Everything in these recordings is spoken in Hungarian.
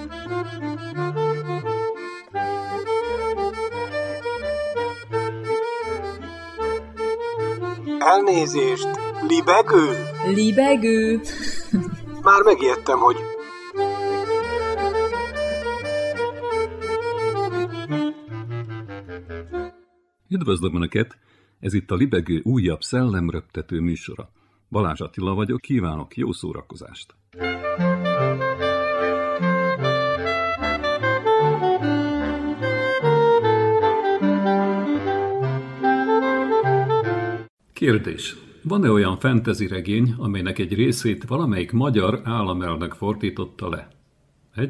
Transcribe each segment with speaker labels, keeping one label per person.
Speaker 1: Elnézést, libegő?
Speaker 2: Libegő?
Speaker 1: Már megijedtem, hogy...
Speaker 3: Üdvözlöm Önöket! Ez itt a Libegő újabb szellemröptető műsora. Balázs Attila vagyok, kívánok jó szórakozást! Kérdés. Van-e olyan fantasy regény, amelynek egy részét valamelyik magyar államelnök fordította le? 1,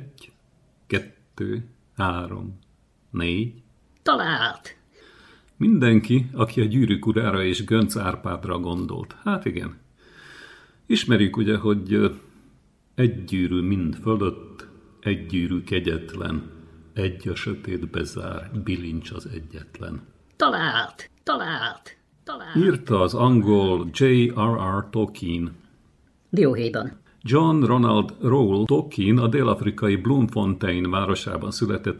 Speaker 3: 2, 3, 4...
Speaker 4: Talált!
Speaker 3: Mindenki, aki a Gyűrűk urára és Göncz Árpádra gondolt. Hát igen. Ismerjük ugye, hogy egy gyűrű mind fölött, egy gyűrű kegyetlen, egy a sötétbe zár, bilincs az egyetlen.
Speaker 4: Talált! Talált! Talált!
Speaker 3: Írta az angol J.R.R. Tolkien.
Speaker 4: Dióhéjban.
Speaker 3: John Ronald Reuel Tolkien a dél-afrikai Bloemfontein városában született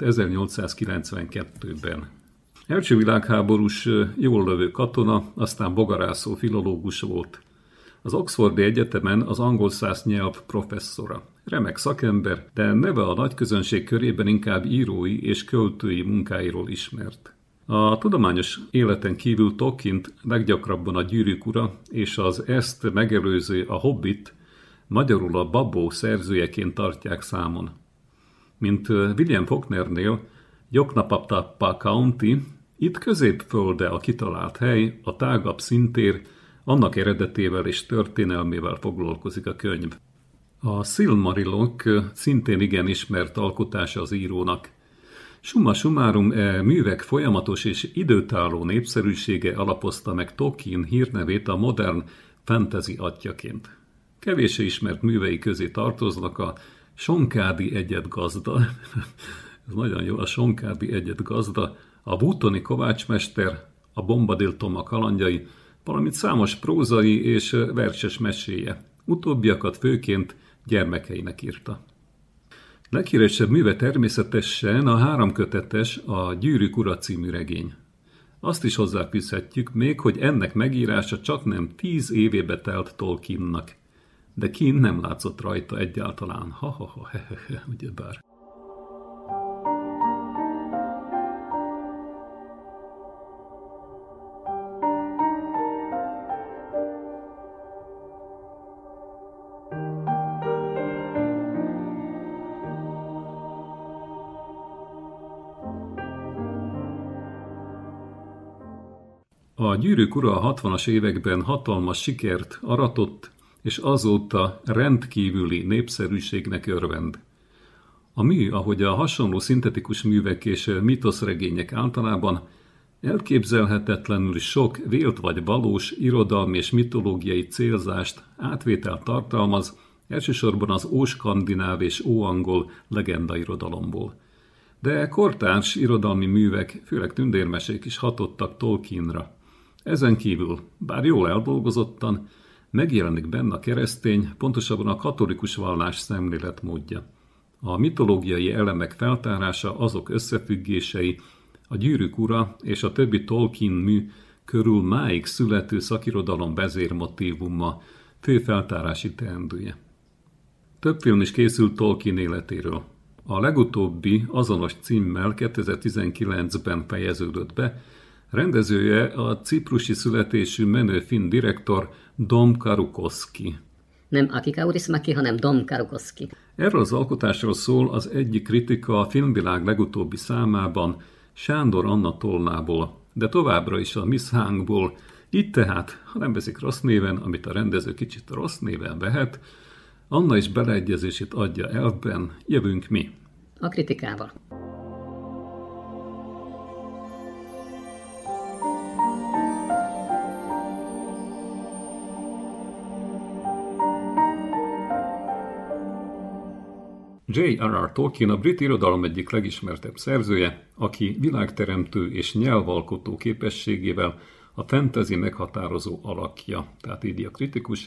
Speaker 3: 1892-ben. Első világháborús jól lövő katona, aztán bogarászó filológus volt. Az Oxfordi Egyetemen az angol száz nyelv professzora. Remek szakember, de neve a nagyközönség körében inkább írói és költői munkáiról ismert. A tudományos életen kívül Tolkient leggyakrabban a Gyűrűk ura és az ezt megelőző a Hobbit, magyarul a Babó szerzőjeként tartják számon. Mint William Faulknernél, Joknapatawpha County, itt Középfölde a kitalált hely, a tágabb szintér, annak eredetével és történelmével foglalkozik a könyv. A Silmarillok szintén igen ismert alkotása az írónak. Summa summarum művek folyamatos és időtálló népszerűsége alapozta meg Tolkien hírnevét a modern fantasy atyaként. Kevéssé ismert művei közé tartoznak a Sonkádi egyedgazda, ez nagyon jó, a Sonkádi egyedgazda, a Bútoni kovácsmester, a Bombadil Toma kalandjai, valamint számos prózai és verses meséje. Utóbbiakat főként gyermekeinek írta. Leghíresebb műve természetesen a 3 kötetes a Gyűrűk ura című regény. Azt is hozzáfűzhetjük még, hogy ennek megírása csaknem 10 évébe telt Tolkiennak. De kint nem látszott rajta egyáltalán. Ha-ha-ha, he-he-he, ugyebár. A Gyűrűk ura a 60-as években hatalmas sikert aratott, és azóta rendkívüli népszerűségnek örvend. A mű, ahogy a hasonló szintetikus művek és mitoszregények általában, elképzelhetetlenül sok vélt vagy valós irodalmi és mitológiai célzást, átvételt tartalmaz, elsősorban az óskandináv és óangol legendairodalomból. De kortárs irodalmi művek, főleg tündérmesék is hatottak Tolkienra. Ezen kívül, bár jól eldolgozottan, megjelenik benne a keresztény, pontosabban a katolikus vallás szemléletmódja. A mitológiai elemek feltárása, azok összefüggései, a Gyűrűk ura és a többi Tolkien mű körül máig születő szakirodalom vezérmotívuma, fő feltárási teendője. Több film is készült Tolkien életéről. A legutóbbi azonos címmel 2019-ben fejeződött be, rendezője a ciprusi születésű menő finn direktor Dom Karukoski.
Speaker 4: Nem Aki Kaurismäki, hanem Dom Karukoski.
Speaker 3: Erről az alkotásról szól az egyik kritika a filmvilág legutóbbi számában, Sándor Anna tollából, de továbbra is a Miss Hangból. Így tehát, ha nem veszik rossz néven, amit a rendező kicsit rossz néven vehet, Anna is beleegyezését adja elvben, jövünk mi.
Speaker 4: A kritikával.
Speaker 3: J.R.R. Tolkien a brit irodalom egyik legismertebb szerzője, aki világteremtő és nyelvalkotó képességével a fantasy meghatározó alakja, tehát így a kritikus,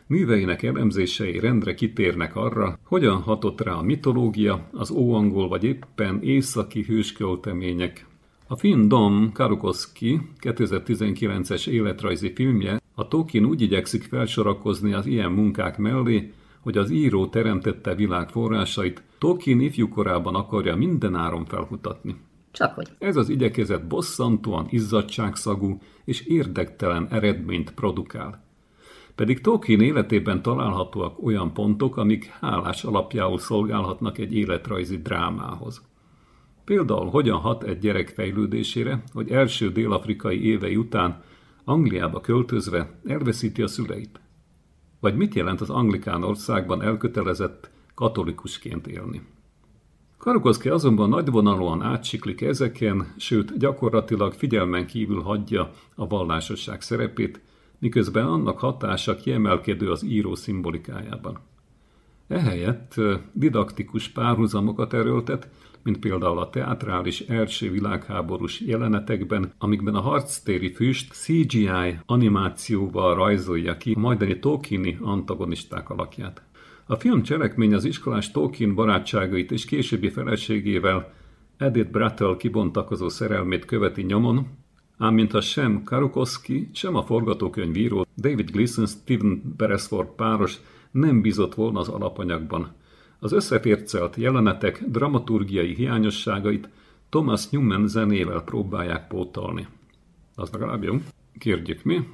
Speaker 3: Műveinek elemzései rendre kitérnek arra, hogyan hatott rá a mitológia, az óangol vagy éppen északi hősköltemények. A film Dom Karukoski 2019-es életrajzi filmje a Tolkien úgy igyekszik felsorakozni az ilyen munkák mellé, hogy az író teremtette világ forrásait Tolkien ifjúkorában akarja mindenáron felkutatni.
Speaker 4: Csakhogy.
Speaker 3: Ez az igyekezet bosszantóan izzadságszagú és érdektelen eredményt produkál. Pedig Tolkien életében találhatóak olyan pontok, amik hálás alapjául szolgálhatnak egy életrajzi drámához. Például hogyan hat egy gyerek fejlődésére, hogy első dél-afrikai évei után Angliába költözve elveszíti a szüleit. Vagy mit jelent az anglikán országban elkötelezett katolikusként élni. Karukoszki azonban nagyvonalúan átsiklik ezeken, sőt gyakorlatilag figyelmen kívül hagyja a vallásosság szerepét, miközben annak hatása kiemelkedő az író szimbolikájában. Ehelyett didaktikus párhuzamokat erőltet, mint például a teátrális első világháborús jelenetekben, amikben a harctéri füst CGI animációval rajzolja ki a majdani Tolkieni antagonisták alakját. A film cselekmény az iskolás Tolkien barátságait és későbbi feleségével, Edith Brattle kibontakozó szerelmét követi nyomon, ám mintha sem Karukoszki, sem a forgatókönyvíró David Gleason-Steven Beresford páros nem bízott volna az alapanyagban. Az összefércelt jelenetek dramaturgiai hiányosságait Thomas Newman zenével próbálják pótolni. Az legalább jó. Kérjük mi?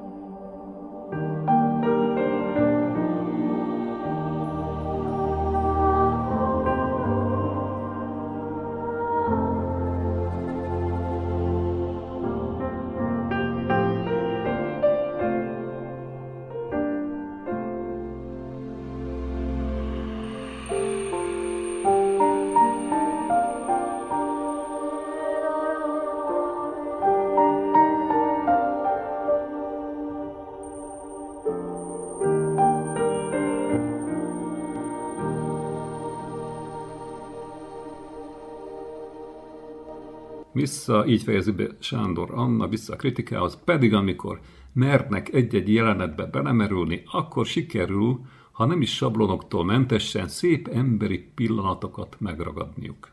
Speaker 3: Így fejezi be Sándor Anna vissza a kritikához, pedig amikor mernek egy-egy jelenetbe belemerülni, akkor sikerül, ha nem is sablonoktól mentesen, szép emberi pillanatokat megragadniuk.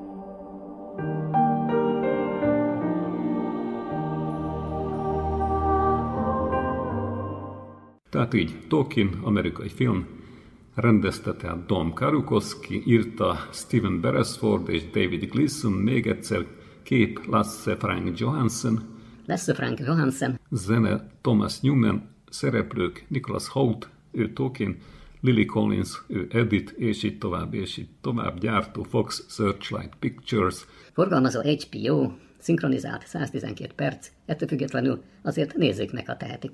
Speaker 3: Tehát így, Tolkien, amerikai film, rendezte tehát Dom Karukoszki, írta Steven Beresford és David Gleason, még egyszer kép Lasse Frank Johansen, zene Thomas Newman, szereplők Nicholas Hoult, ő Tolkien, Lily Collins, ő Edith, és így tovább, gyártó Fox Searchlight Pictures.
Speaker 4: Forgalmazó HBO, szinkronizált 112 perc, ettől függetlenül azért nézzék meg, ha tehetik.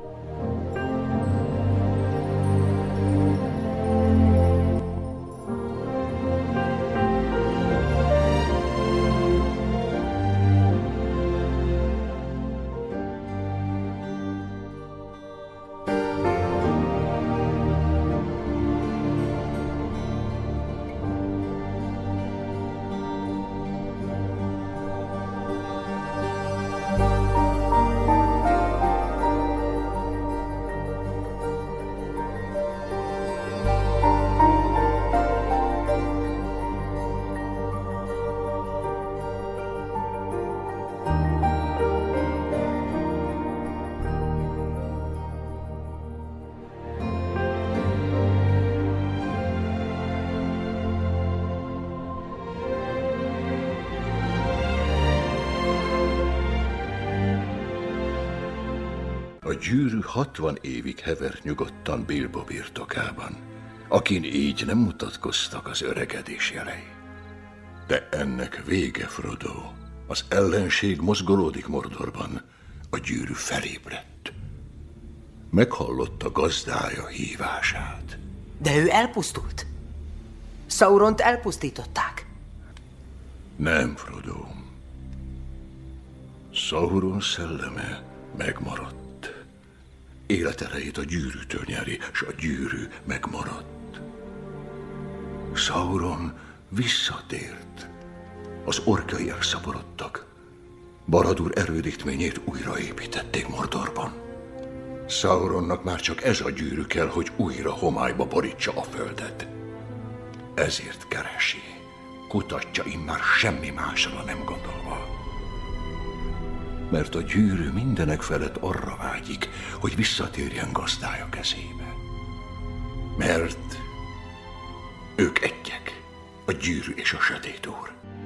Speaker 2: A gyűrű 60 évig hevert nyugodtan Bilbo birtokában, akin így nem mutatkoztak az öregedés jelei. De ennek vége, Frodo. Az ellenség mozgolódik Mordorban, a gyűrű felébredt. Meghallotta gazdája hívását.
Speaker 5: De ő elpusztult. Sauront elpusztították.
Speaker 2: Nem, Frodo. Sauron szelleme megmaradt. Életerejét a gyűrűtől nyeri, s a gyűrű megmaradt. Sauron visszatért. Az orkjai elszaporodtak. Baradur erődítményét újraépítették Mordorban. Sauronnak már csak ez a gyűrű kell, hogy újra homályba borítsa a földet. Ezért keresi, kutatja immár semmi másra nem gondolva. Mert a gyűrű mindenek felett arra vágyik, hogy visszatérjen gazdája kezébe. Mert ők egyek, a gyűrű és a sötét úr.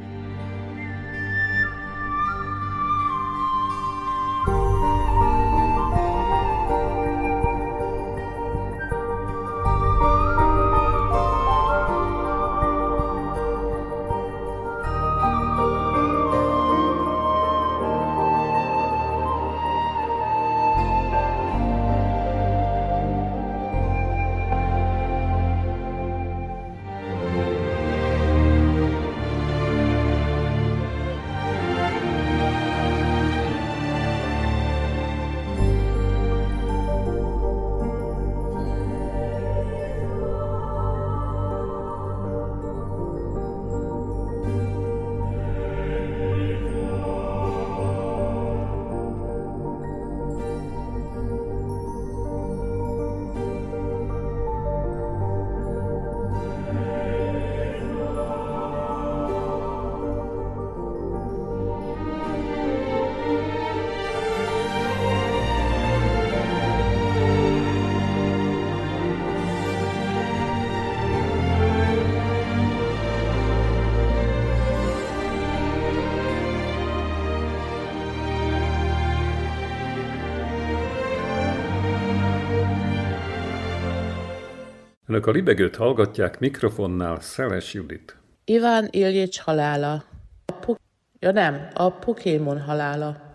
Speaker 3: Önök a Libegőt hallgatják, mikrofonnál Szeles Judit.
Speaker 6: Iván Iljics halála. A Pokémon halála.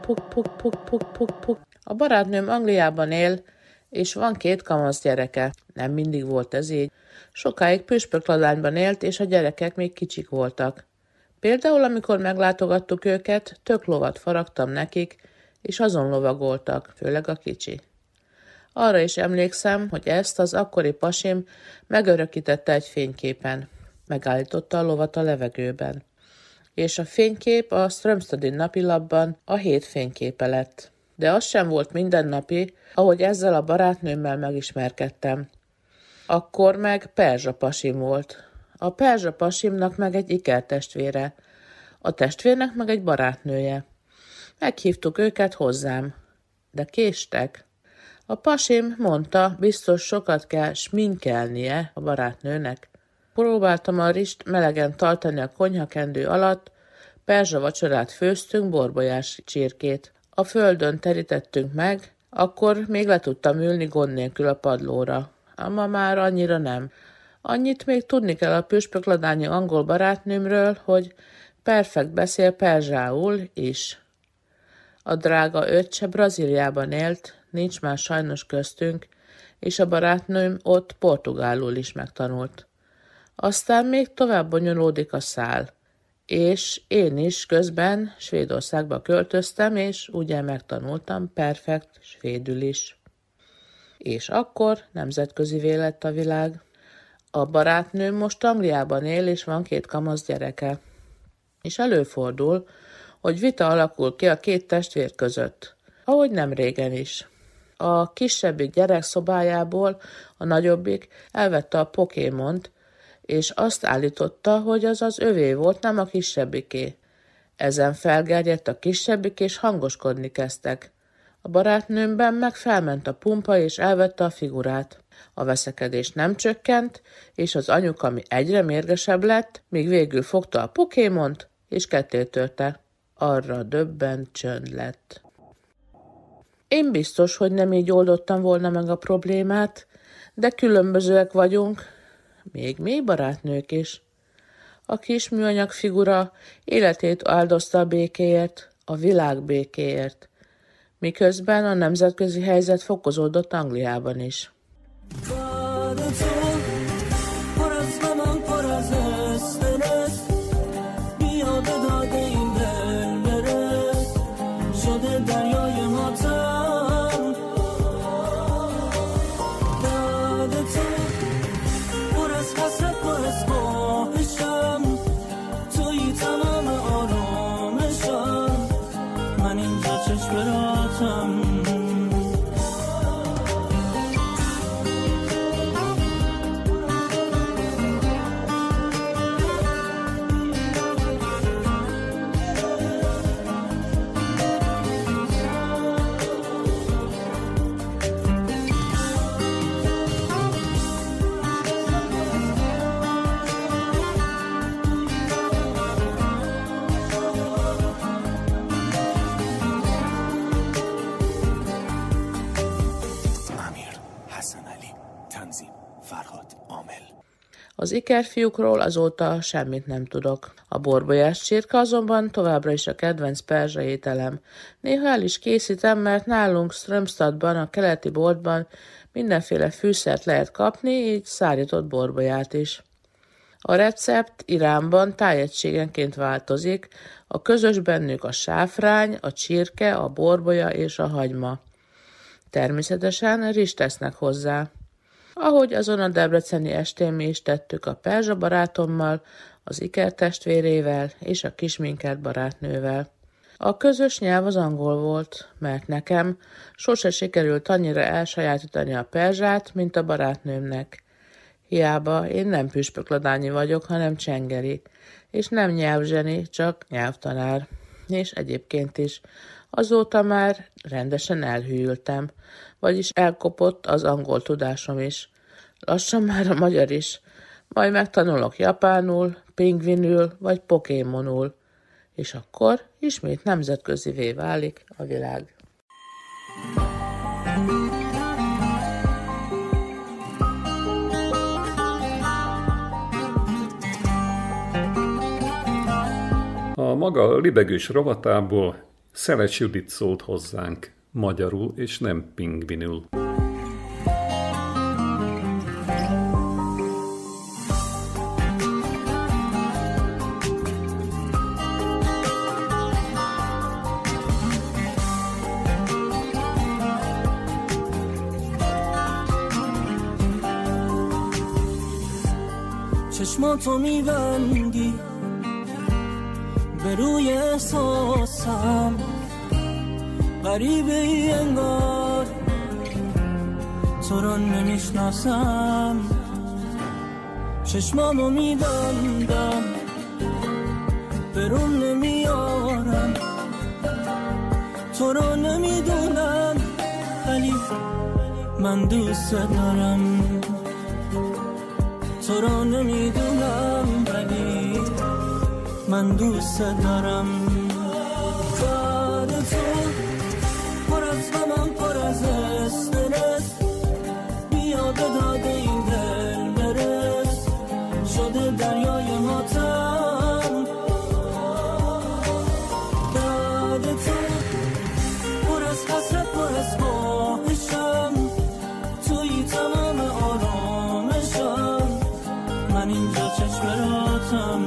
Speaker 6: A barátnőm Angliában él, és van 2 kamasz gyereke. Nem mindig volt ez így. Sokáig püspökladányban élt, és a gyerekek még kicsik voltak. Például, amikor meglátogattuk őket, tök lovat faragtam nekik, és azon lovagoltak, főleg a kicsi. Arra is emlékszem, hogy ezt az akkori pasim megörökítette egy fényképen. Megállította a lovat a levegőben. És a fénykép a Strömstadi napilapban a 7 fényképe lett. De az sem volt mindennapi, ahogy ezzel a barátnőmmel megismerkedtem. Akkor meg perzsa pasim volt. A perzsa pasimnak meg egy ikertestvére. A testvérnek meg egy barátnője. Meghívtuk őket hozzám. De késtek. A pasim mondta, biztos sokat kell sminkelnie a barátnőnek. Próbáltam a rist melegen tartani a konyhakendő alatt, perzsa vacsorát főztünk, borbolyás csirkét. A földön terítettünk meg, akkor még le tudtam ülni gond nélkül a padlóra. Ma már annyira nem. Annyit még tudni kell a püspökladányi angol barátnőmről, hogy perfekt beszél perzsául is. A drága öccse Brazíliában élt, nincs már sajnos köztünk, és a barátnőm ott portugálul is megtanult. Aztán még tovább bonyolódik a szál. És én is közben Svédországba költöztem, és ugye megtanultam perfekt svédül is. És akkor nemzetközivé lett a világ. A barátnőm most Angliában él, és van 2 kamasz gyereke. És előfordul, hogy vita alakul ki a 2 testvér között, ahogy nem régen is. A kisebbik gyerek szobájából a nagyobbik elvette a Pokémont, és azt állította, hogy az az övé volt, nem a kisebbiké. Ezen felgerjedt a kisebbik, és hangoskodni kezdtek. A barátnőmben meg felment a pumpa, és elvette a figurát. A veszekedés nem csökkent, és az anyuka egyre mérgesebb lett, míg végül fogta a Pokémont, és ketté törte. Arra döbbent csönd lett. Én biztos, hogy nem így oldottam volna meg a problémát, de különbözőek vagyunk, még mi barátnők is. A kis műanyag figura életét áldozta a békéért, a világ békéért, miközben a nemzetközi helyzet fokozódott Angliában is. Az ikerfiúkról azóta semmit nem tudok. A borbolyás csirke azonban továbbra is a kedvenc perzsa ételem. Néha el is készítem, mert nálunk Strömstadban, a keleti boltban mindenféle fűszert lehet kapni, így szárított borbolyát is. A recept Iránban tájegységenként változik, a közös bennük a sáfrány, a csirke, a borbolya és a hagyma. Természetesen rizst tesznek hozzá. Ahogy azon a debreceni estén mi is tettük a perzsa barátommal, az ikertestvérével és a kisminkert barátnővel. A közös nyelv az angol volt, mert nekem sose sikerült annyira elsajátítani a perzsát, mint a barátnőmnek. Hiába én nem püspökladányi vagyok, hanem csengeri, és nem nyelvzseni, csak nyelvtanár. És egyébként is. Azóta már rendesen elhűltem, vagyis elkopott az angol tudásom is. Lassan már a magyar is. Majd megtanulok japánul, pingvinül vagy pokémonul. És akkor ismét nemzetközivé válik a világ.
Speaker 3: A maga libegős rovatából Szeles Judit szólt hozzánk, magyarul és nem pingvinül.
Speaker 7: چشماتو میبندی به روی احساسم غریبه ای انگار تو رو نمیشناسم چشمامو میبندم به روم نمیارم تو رو نمیدونم ولی من دوست دارم تو رو نمیدونم ولی من دوست دارم کار تو پر از غمم پر از استرس بیا به داد این دل برس شده دریای ماتم داد تو پر از حسرت پر از خواهشم توی تمام آرامشم من اینجا چشم راتم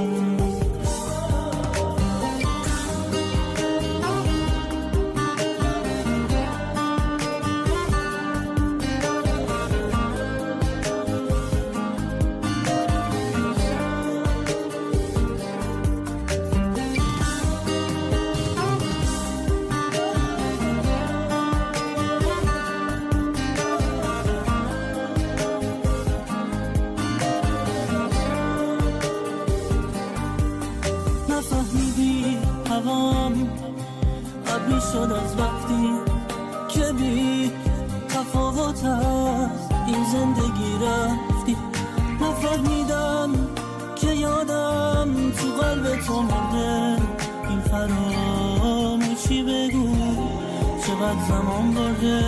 Speaker 7: شد از وقتی که بی تفاوت از این زندگی رفتی نفهمیدم که یادم تو قلب تو مرده این فراموشی بگو چقدر زمان برده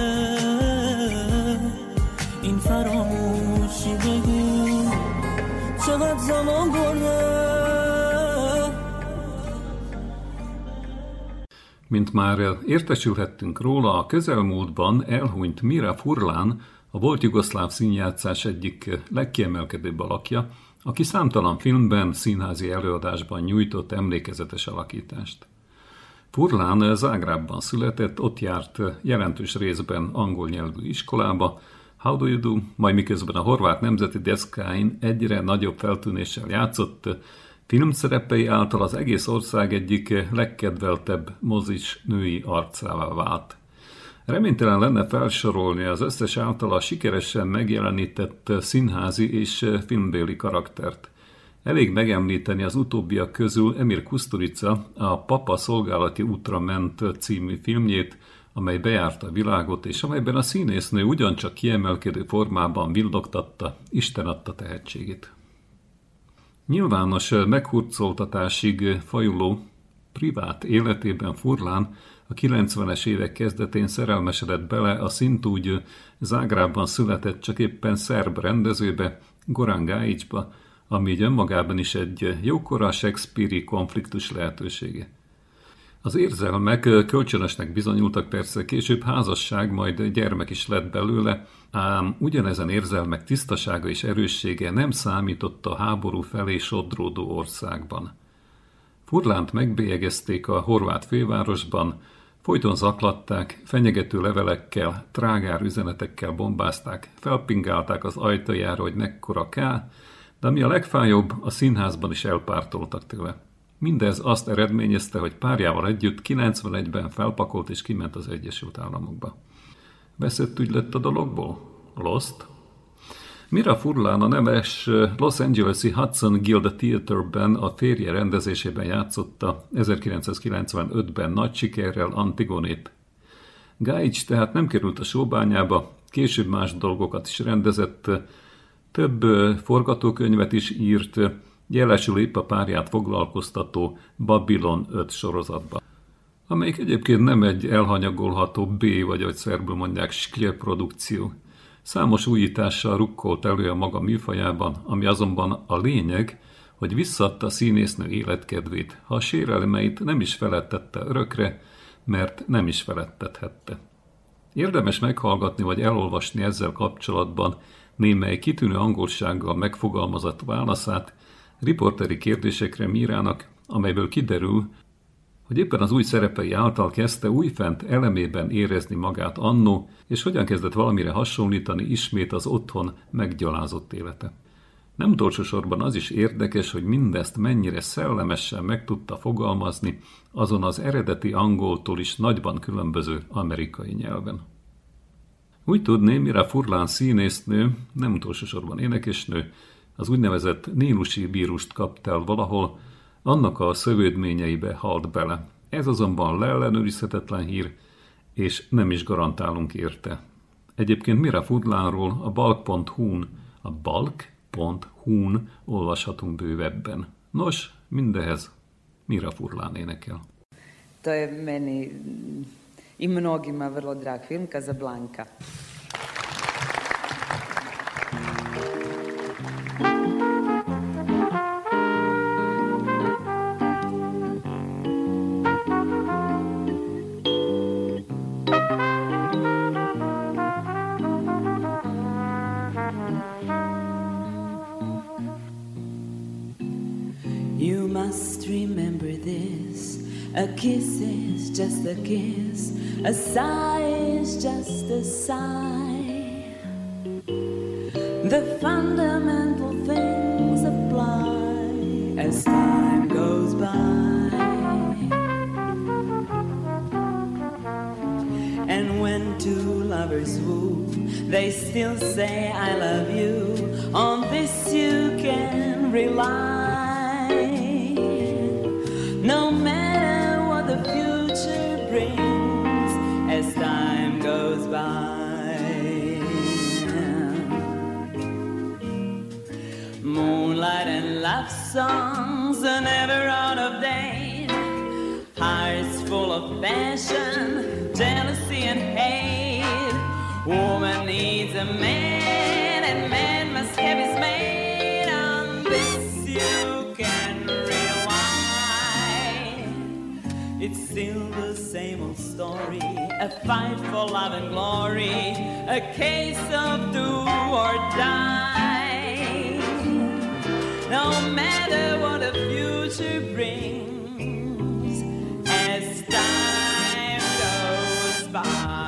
Speaker 7: این فراموشی بگو چقدر زمان برده.
Speaker 3: Mint már értesülhettünk róla, a közelmúltban elhunyt Mira Furlan, a volt jugoszláv színjátszás egyik legkiemelkedőbb alakja, aki számtalan filmben, színházi előadásban nyújtott emlékezetes alakítást. Furlan Zágrábban született, ott járt jelentős részben angol nyelvű iskolába, How do you do? Majd miközben a horvát nemzeti deszkáin egyre nagyobb feltűnéssel játszott, filmszerepei által az egész ország egyik legkedveltebb mozis női arcává vált. Reménytelen lenne felsorolni az összes általa sikeresen megjelenített színházi és filmbéli karaktert. Elég megemlíteni az utóbbiak közül Emir Kusturica a Papa szolgálati útra ment című filmjét, amely bejárta a világot, és amelyben a színésznő ugyancsak kiemelkedő formában villogtatta Isten adta tehetségét. Nyilvános meghurcoltatásig fajuló privát életében Furlan a 90-es évek kezdetén szerelmesedett bele a szintúgy Zágrábban született csak éppen szerb rendezőbe, Goran Gajicsba, ami így önmagában is egy jókora Shakespeare-i konfliktus lehetősége. Az érzelmek kölcsönösnek bizonyultak, persze később házasság, majd gyermek is lett belőle, ám ugyanezen érzelmek tisztasága és erőssége nem számított a háború felé sodródó országban. Furlánt megbélyegezték a horvát fővárosban, folyton zaklatták, fenyegető levelekkel, trágár üzenetekkel bombázták, felpingálták az ajtajára, hogy mekkora ká, de ami a legfájóbb, a színházban is elpártoltak tőle. Mindez azt eredményezte, hogy párjával együtt 91-ben felpakolt és kiment az Egyesült Államokba. Veszett ügy lett a dologból? Lost? Mira Furlan a neves Los Angeles-i Hudson Guild Theaterben a férje rendezésében játszotta 1995-ben nagy sikerrel Antigonét. Gajics tehát nem került a sóbányába, később más dolgokat is rendezett, több forgatókönyvet is írt, jelesül épp a párját foglalkoztató Babylon 5 sorozatba, amelyik egyébként nem egy elhanyagolható B, vagy ahogy szerbül mondják, skle produkció. Számos újítással rukkolt elő a maga műfajában, ami azonban a lényeg, hogy visszaadta a színésznő életkedvét, ha a sérelmeit nem is felettette örökre, mert nem is felettethette. Érdemes meghallgatni vagy elolvasni ezzel kapcsolatban némely kitűnő angolsággal megfogalmazott válaszát riporteri kérdésekre Mirának, amelyből kiderül, hogy éppen az új szerepei által kezdte újfent elemében érezni magát annó, és hogyan kezdett valamire hasonlítani ismét az otthon meggyalázott élete. Nem utolsó sorban az is érdekes, hogy mindezt mennyire szellemesen meg tudta fogalmazni azon az eredeti angoltól is nagyban különböző amerikai nyelven. Úgy tudni, Mira Furlan színésznő, nem utolsó sorban énekesnő, az úgynevezett nílusi vírust kapt el valahol, annak a szövődményeibe halt bele. Ez azonban leellenőrizhetetlen hír, és nem is garantálunk érte. Egyébként Mira Furlanról a balk.hu-n olvashatunk bővebben. Nos, mindehez Mira Furlan énekel.
Speaker 8: To je meni i mnogima vrlo drag film, Casablanca.
Speaker 7: You must remember this. A kiss is just a kiss. A sigh is just a sigh. The fundamental things apply as time goes by. And when two lovers woo, they still say I love you. On this you can rely. No matter what the future brings as time goes by. Moonlight and love songs are never out of date. Hearts full of passion, jealousy and hate. Woman needs a man and man must have his mate. On this you can rely. It's still the same old story, a fight for love and glory, a case of do or die. No matter what the future brings as time goes by.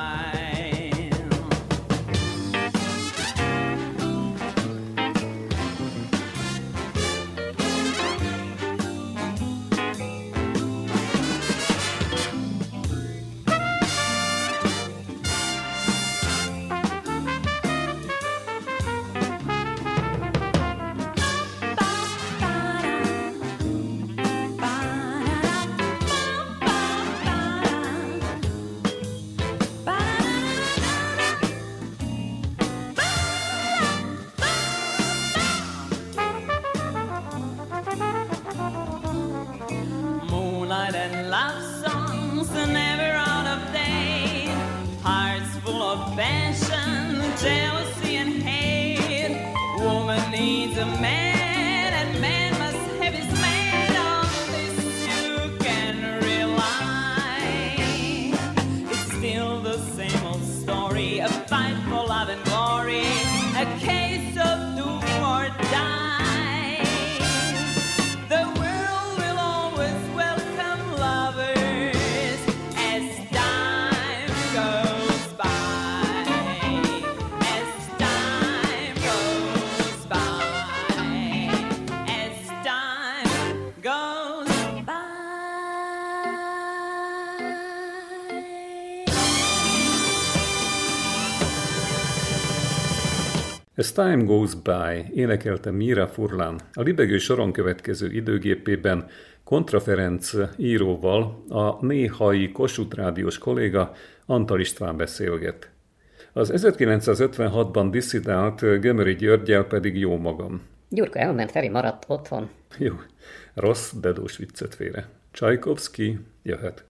Speaker 7: Moonlight and love songs are never out of date. Hearts full of passion, jealousy and hate. Woman needs a man, and man must have his man. On this you can rely. It's still the same old story, a fight for love and glory, a case of do or die. The world will always welcome lovers as time goes by. As time goes by. As time goes by.
Speaker 3: As Time Goes By énekelte Mira Furlan a Libegő soron következő időgépében Kontra Ferenc íróval a néhai Kossuth rádiós kolléga Antal István beszélget. Az 1956-ban disszidált Gömöri Györggyel pedig jó magam.
Speaker 4: Gyurka elment, Feri maradt otthon.
Speaker 3: Jó, rossz bedós viccet félre. Csajkovszki jöhet.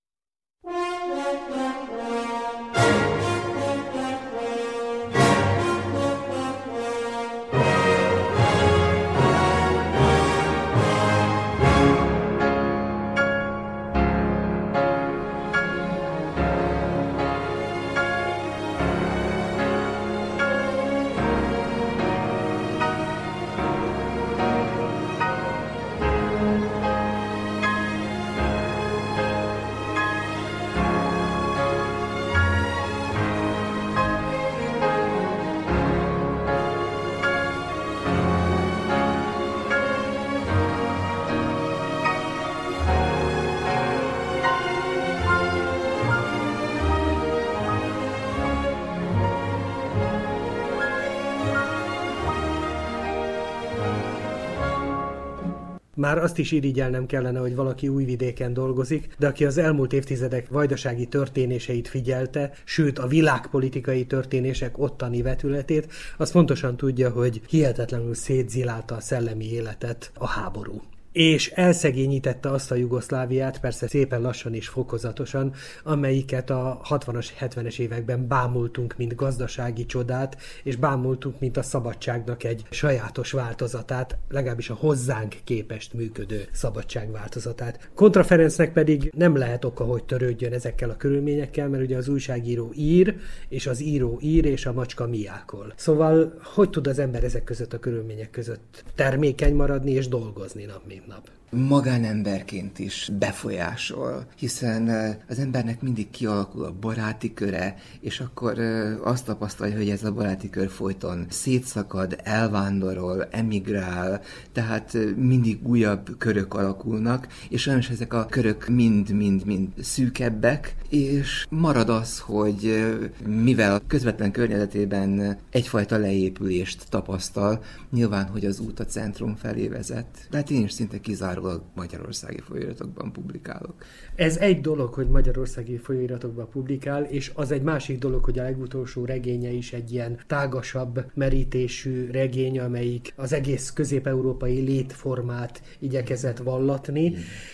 Speaker 9: Már azt is irigyelnem kellene, hogy valaki Újvidéken dolgozik, de aki az elmúlt évtizedek vajdasági történéseit figyelte, sőt a világpolitikai történések ottani vetületét, az pontosan tudja, hogy hihetetlenül szétzilálta a szellemi életet a háború. És elszegényítette azt a Jugoszláviát, persze szépen lassan és fokozatosan, amelyiket a 60-as, 70-es években bámultunk, mint gazdasági csodát, és bámultunk, mint a szabadságnak egy sajátos változatát, legalábbis a hozzánk képest működő szabadságváltozatát. Kontra Ferencnek pedig nem lehet oka, hogy törődjön ezekkel a körülményekkel, mert ugye az újságíró ír, és az író ír, és a macska miákol. Szóval, hogy tud az ember ezek között a körülmények között termékeny maradni és dolgozni nap mint nap?
Speaker 10: Magánemberként is befolyásol, hiszen az embernek mindig kialakul a baráti köre, és akkor azt tapasztalja, hogy ez a baráti kör folyton szétszakad, elvándorol, emigrál, tehát mindig újabb körök alakulnak, és sajnos ezek a körök mind szűkebbek, és marad az, hogy mivel a közvetlen környezetében egyfajta leépülést tapasztal, nyilván, hogy az út a centrum felé vezet. De hát én is szinte kizárólag magyarországi folyóiratokban publikálok.
Speaker 9: Ez egy dolog, hogy magyarországi folyóiratokban publikál, és az egy másik dolog, hogy a legutolsó regénye is egy ilyen tágasabb merítésű regény, amelyik az egész közép-európai létformát igyekezett vallatni,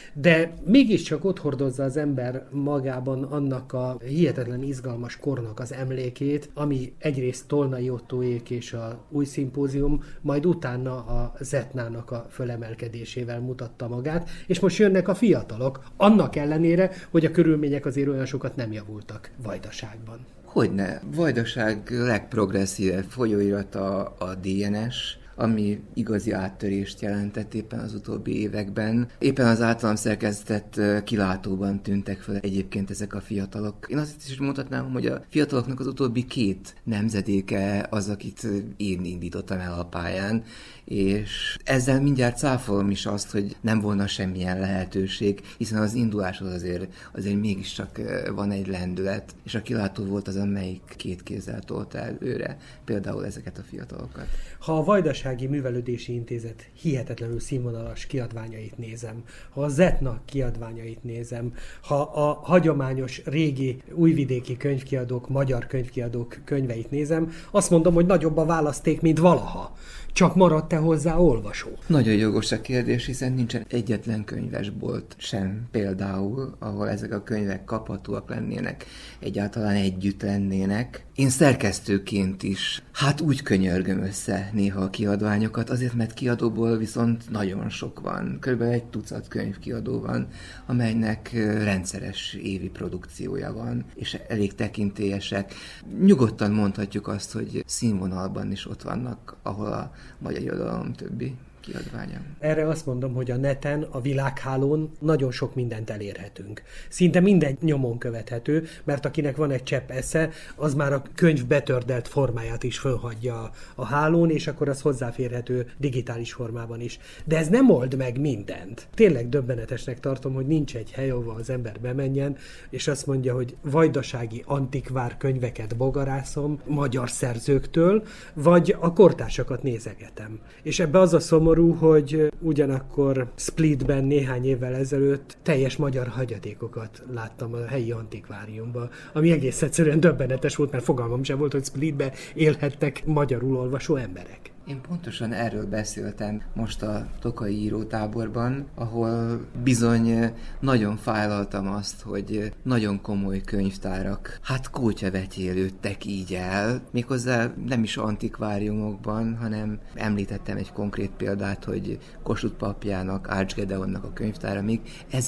Speaker 9: de mégiscsak ott hordozza az ember magában annak a hihetetlen izgalmas kornak az emlékét, ami egyrészt Tolnai Ottóék és a Új Szimpózium, majd utána a Zetnának a fölemelkedésével mutatta magát, és most jönnek a fiatalok, annak ellenére, hogy a körülmények azért olyan sokat nem javultak Vajdaságban.
Speaker 10: Hogyne. Vajdaság legprogresszívebb folyóirata a DNS, ami igazi áttörést jelentett éppen az utóbbi években. Éppen az általam szerkesztett kilátóban tűntek fel egyébként ezek a fiatalok. Én azt is mondhatnám, hogy a fiataloknak az utóbbi 2 nemzedéke az, akit én indítottam el a pályán, és ezzel mindjárt cáfolom is azt, hogy nem volna semmilyen lehetőség, hiszen az induláshoz azért mégiscsak van egy lendület, és a kilátó volt az, amelyik 2 kézzel tolta előre például ezeket a fiatalokat.
Speaker 9: Ha a Vajdasági Művelődési Intézet hihetetlenül színvonalas kiadványait nézem, ha a Zetna kiadványait nézem, ha a hagyományos régi újvidéki könyvkiadók, magyar könyvkiadók könyveit nézem, azt mondom, hogy nagyobb a választék, mint valaha. Csak maradt-e hozzá olvasó?
Speaker 10: Nagyon jogos a kérdés, hiszen nincsen egyetlen könyvesbolt sem például, ahol ezek a könyvek kaphatóak lennének, egyáltalán együtt lennének. Én szerkesztőként is, úgy könyörgöm össze néha a kiadványokat, azért, mert kiadóból viszont nagyon sok van. Körülbelül 1 tucat könyvkiadó van, amelynek rendszeres évi produkciója van, és elég tekintélyesek. Nyugodtan mondhatjuk azt, hogy színvonalban is ott vannak, ahol a magyar irodalom többi kiadványa.
Speaker 9: Erre azt mondom, hogy a neten, a világhálón nagyon sok mindent elérhetünk. Szinte minden nyomon követhető, mert akinek van egy csepp esze, az már a könyv betördelt formáját is fölhagyja a hálón, és akkor az hozzáférhető digitális formában is. De ez nem old meg mindent. Tényleg döbbenetesnek tartom, hogy nincs egy hely, ahova az ember bemenjen, és azt mondja, hogy vajdasági antikvár könyveket bogarászom magyar szerzőktől, vagy a kortársakat nézegetem. És ebbe az a szomorú, hogy ugyanakkor Splitben néhány évvel ezelőtt teljes magyar hagyatékokat láttam a helyi antikváriumban, ami egész egyszerűen döbbenetes volt, mert fogalmam sem volt, hogy Splitben élhettek magyarul olvasó emberek.
Speaker 10: Én pontosan erről beszéltem most a Tokai írótáborban, ahol bizony nagyon fájlaltam azt, hogy nagyon komoly könyvtárak kótyavetélődtek így el, méghozzá nem is antikváriumokban, hanem említettem egy konkrét példát, hogy Kossuth papjának, Ács Gedeonnak a könyvtára még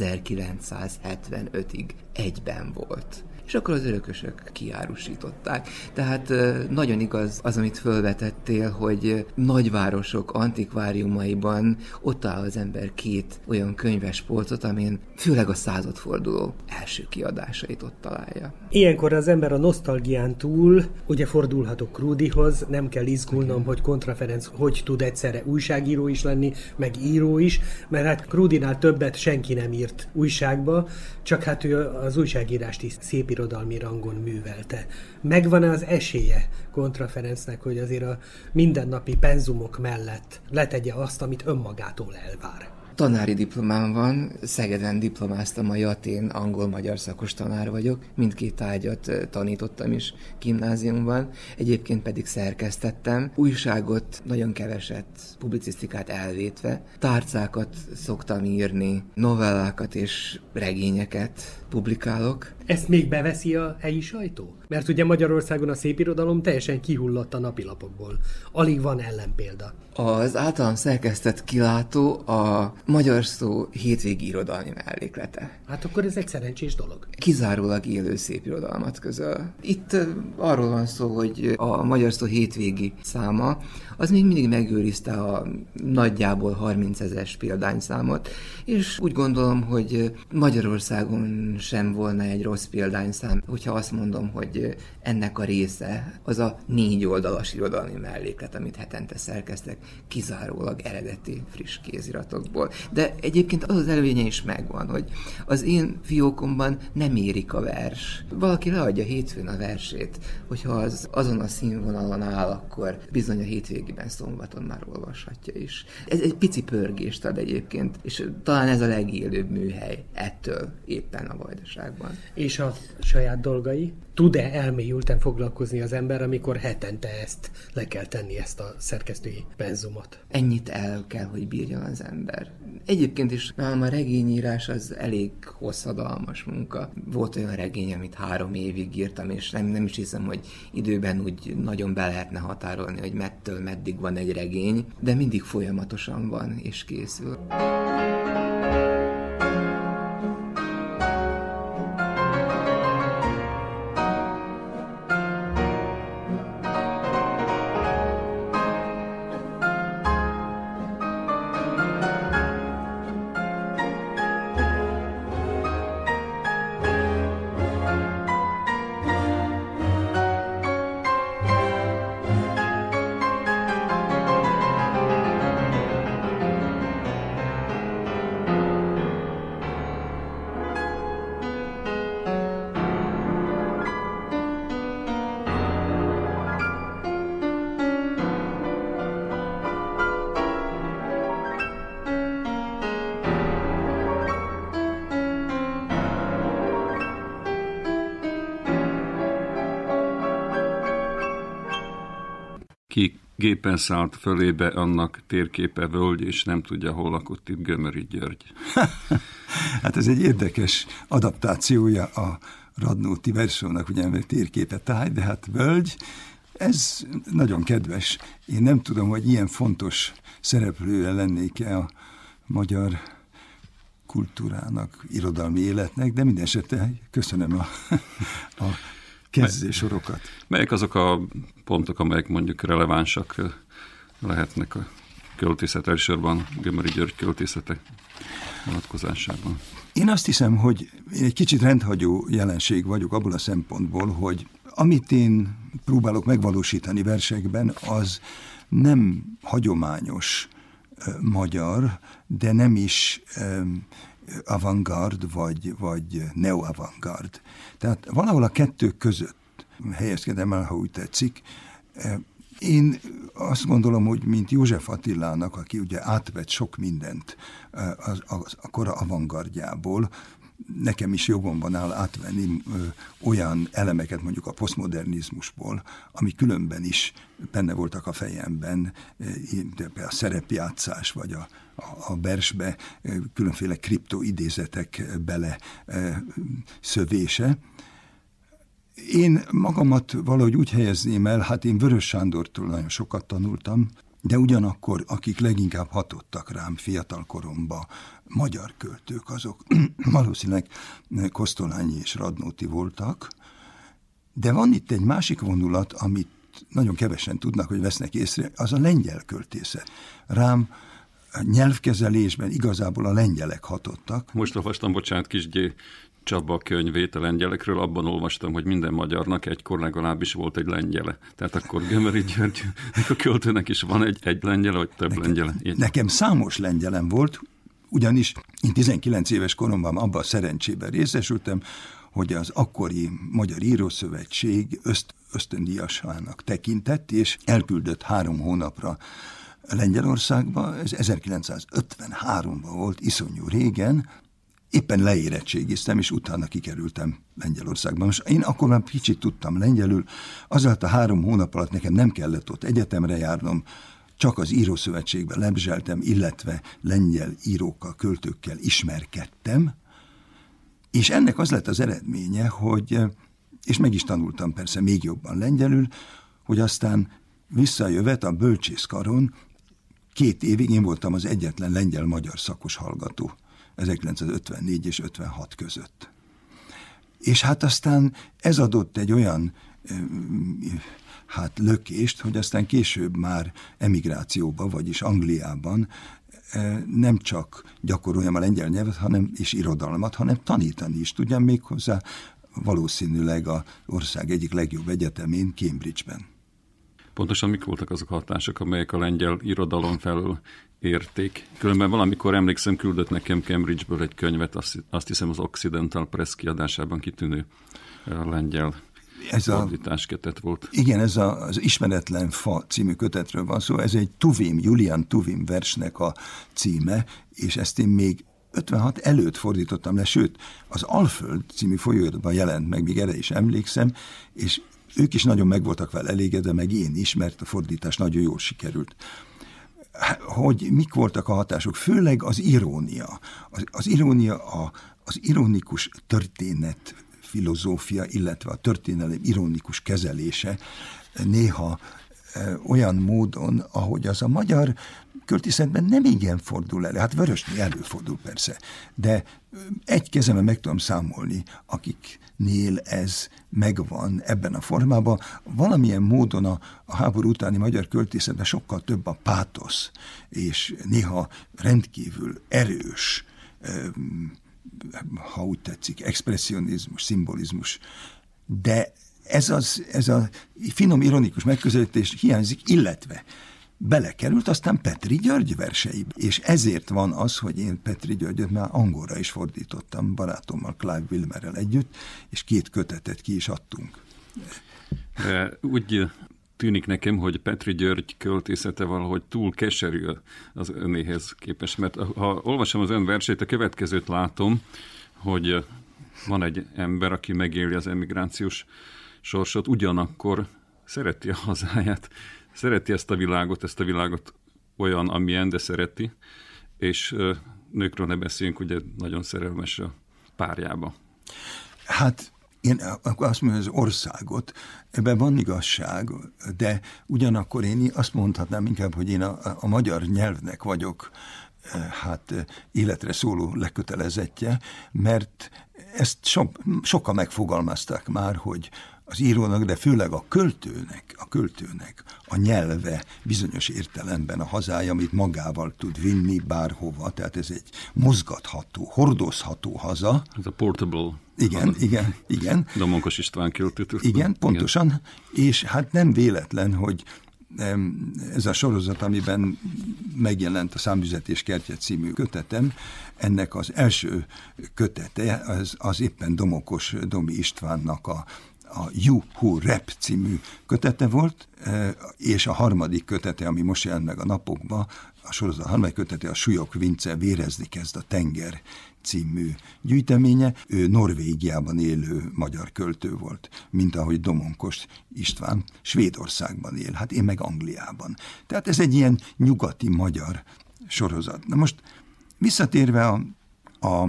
Speaker 10: 1975-ig egyben volt. És akkor az örökösök kiárusították. Tehát nagyon igaz az, amit felvetettél, hogy nagyvárosok antikváriumaiban ott áll az ember 2 olyan könyves polcot, amin főleg a századforduló első kiadásait ott találja.
Speaker 9: Ilyenkor az ember a nosztalgián túl, ugye fordulhatok Krúdihoz, nem kell izgulnom, hogy Kontra Ferenc hogy tud egyszerre újságíró is lenni, meg író is, mert hát Krúdinál többet senki nem írt újságba, csak hát ő az újságírást is szép irodalmi rangon művelte. Megvan-e az esélye Kontra Ferencnek, hogy azért a mindennapi penzumok mellett letegye azt, amit önmagától elvár?
Speaker 10: Tanári diplomám van, Szegeden diplomáztam, a Jatén angol-magyar szakos tanár vagyok, mindkét tárgyat tanítottam is gimnáziumban, egyébként pedig szerkesztettem, újságot nagyon keveset, publicisztikát elvétve, tárcákat szoktam írni, novellákat és regényeket publikálok.
Speaker 9: Ezt még beveszi a helyi sajtó? Mert ugye Magyarországon a szépirodalom teljesen kihullott a napilapokból. Alig van ellenpélda.
Speaker 10: Az általam szerkesztett kilátó a Magyar Szó hétvégi irodalmi melléklete.
Speaker 9: Hát akkor ez egy szerencsés dolog.
Speaker 10: Kizárólag élő szépirodalmat közöl. Itt arról van szó, hogy a Magyar Szó hétvégi száma az még mindig megőrizte a nagyjából 30 000-es példányszámot, és úgy gondolom, hogy Magyarországon sem volna egy rossz példányszám, hogyha azt mondom, hogy ennek a része az a 4 oldalas irodalmi melléklet, amit hetente szerkesztek, kizárólag eredeti friss kéziratokból. De egyébként az előnye is megvan, hogy az én fiókomban nem érik a vers. Valaki leadja hétfőn a versét, hogyha az azon a színvonalon áll, akkor bizony a hétvégiben, szombaton már olvashatja is. Ez egy pici pörgést ad egyébként, és talán ez a legélőbb műhely ettől éppen a Vajdaságban.
Speaker 9: És a saját dolgai? Tud-e elmélyülten foglalkozni az ember, amikor hetente ezt le kell tenni, ezt a szerkesztői penzumot?
Speaker 10: Ennyit el kell, hogy bírjon az ember. Egyébként is nálam a regényírás az elég hosszadalmas munka. Volt olyan regény, amit 3 évig írtam, és nem is hiszem, hogy időben úgy nagyon be lehetne határolni, hogy mettől meddig van egy regény, de mindig folyamatosan van és készül.
Speaker 11: Ki gépen szállt fölébe, annak térképe völgy, és nem tudja, hol lakott itt Gömöri György.
Speaker 12: Hát ez egy érdekes adaptációja a Radnóti Versónak, ugye, mert térképe táj, de hát völgy, Ez nagyon kedves. Én nem tudom, hogy ilyen fontos szereplője lennék-e a magyar kultúrának, irodalmi életnek, de minden esetre köszönöm a kezdésorokat.
Speaker 11: Melyek azok a pontok, amelyek mondjuk relevánsak lehetnek a költészet, elsősorban Gömöri György költészete vonatkozásában?
Speaker 12: Én azt hiszem, hogy én egy kicsit rendhagyó jelenség vagyok abból a szempontból, hogy amit én próbálok megvalósítani versekben, az nem hagyományos magyar, de nem is avantgard vagy neo-avantgard. Tehát valahol a kettő között helyezkedem el, ha úgy tetszik. Én azt gondolom, hogy mint József Attilának, aki ugye átvett sok mindent a kora avantgardjából, nekem is jogomban áll átvenni olyan elemeket mondjuk a posztmodernizmusból, ami különben is benne voltak a fejemben, a szerepjátszás vagy a versbe különféle kriptoidézetek bele szövése. Én magamat valahogy úgy helyezném el, hát én Vörös Sándortól nagyon sokat tanultam, de ugyanakkor, akik leginkább hatottak rám fiatal koromba, magyar költők, azok valószínűleg Kosztolányi és Radnóti voltak, de van itt egy másik vonulat, amit nagyon kevesen tudnak, hogy vesznek észre, az a lengyel költészet. Rám nyelvkezelésben igazából a lengyelek hatottak.
Speaker 11: Most olvastam, bocsánat, Kisgyé Csaba könyvét a lengyelekről, abban olvastam, hogy minden magyarnak egykor legalábbis volt egy lengyele. Tehát akkor Gömöri Györgynek a költőnek is van egy lengyele, vagy több lengyele?
Speaker 12: Nekem számos lengyelem volt, ugyanis én 19 éves koromban abban a szerencsében részesültem, hogy az akkori Magyar Írószövetség ösztöndíjasának tekintett, és elküldött 3 hónapra Lengyelországba, ez 1953-ban volt, iszonyú régen, éppen leérettségiztem, és utána kikerültem Lengyelországban. Most én akkor már kicsit tudtam lengyelül, azáltal a 3 hónap alatt nekem nem kellett ott egyetemre járnom, csak az Írószövetségben lebzseltem, illetve lengyel írókkal, költőkkel ismerkedtem, és ennek az lett az eredménye, hogy, és meg is tanultam persze még jobban lengyelül, hogy aztán visszajövet a bölcsészkaron 2 évig én voltam az egyetlen lengyel-magyar szakos hallgató 1954 és 56 között. És hát aztán ez adott egy olyan lökést, hogy aztán később már emigrációba, vagyis Angliában nem csak gyakoroljam a lengyel nyelvet, és irodalmat, hanem tanítani is tudjam, méghozzá valószínűleg az ország egyik legjobb egyetemén, Cambridge-ben.
Speaker 11: Pontosan mik voltak azok a hatások, amelyek a lengyel irodalom felől érték? Különben valamikor emlékszem, küldött nekem Cambridge-ből egy könyvet, azt hiszem az Occidental Press kiadásában kitűnő lengyel fordításkötet volt.
Speaker 12: Igen, ez az Ismeretlen fa című kötetről van szó, ez egy Julian Tuvim versnek a címe, és ezt én még 56 előtt fordítottam le, sőt, az Alföld című folyóiratban jelent meg, még erre is emlékszem, és ők is nagyon meg voltak vele elégedve, meg én is, mert a fordítás nagyon jól sikerült. Hogy mik voltak a hatások? Főleg az irónia. Az irónia, az ironikus történet filozófia, illetve a történelem ironikus kezelése néha olyan módon, ahogy az a magyar költészetben nem igen fordul elő. Hát Vörösnél előfordul persze, de egy kezemben meg tudom számolni, akiknél ez megvan ebben a formában. Valamilyen módon a háború utáni magyar költészetben sokkal több a pátosz, és néha rendkívül erős, ha úgy tetszik, expresszionizmus, szimbolizmus. De ez a finom, ironikus megközelítés hiányzik, illetve belekerült aztán Petri György verseibe. És ezért van az, hogy én Petri Györgyöt már angolra is fordítottam, barátommal, Clive Wilmerrel együtt, és 2 kötetet ki is adtunk.
Speaker 11: De úgy tűnik nekem, hogy Petri György költészete valahogy túl keserű az önéhez képest, mert ha olvasom az ön versét, a következőt látom, hogy van egy ember, aki megéli az emigrációs sorsot, ugyanakkor szereti a hazáját, szereti ezt a világot olyan, amilyen, de szereti, és nőkről ne beszéljünk, ugye nagyon szerelmes a párjába.
Speaker 12: Hát Én akkor azt mondom, hogy az országot, ebben van igazság, de ugyanakkor én azt mondhatnám inkább, hogy én a magyar nyelvnek vagyok életre szóló lekötelezettje, mert ezt sokan megfogalmazták már, hogy az írónak, de főleg a költőnek a nyelve bizonyos értelemben a hazája, amit magával tud vinni bárhova, tehát ez egy mozgatható, hordozható haza.
Speaker 11: Ez a portable.
Speaker 12: Igen.
Speaker 11: Domonkos István költőtől.
Speaker 12: Igen, pontosan, igen. És hát nem véletlen, hogy ez a sorozat, amiben megjelent a Számüzetés kertje című kötetem, ennek az első kötete, az éppen Domokos Domi Istvánnak a You Who Rap című kötete volt, és a harmadik kötete, ami most jelent meg a napokban, a sorozat harmadik kötete, a Súlyog Vince Vérezni kezd a tenger című gyűjteménye. Ő Norvégiában élő magyar költő volt, mint ahogy Domonkos István Svédországban él, hát én meg Angliában. Tehát ez egy ilyen nyugati magyar sorozat. Na most visszatérve a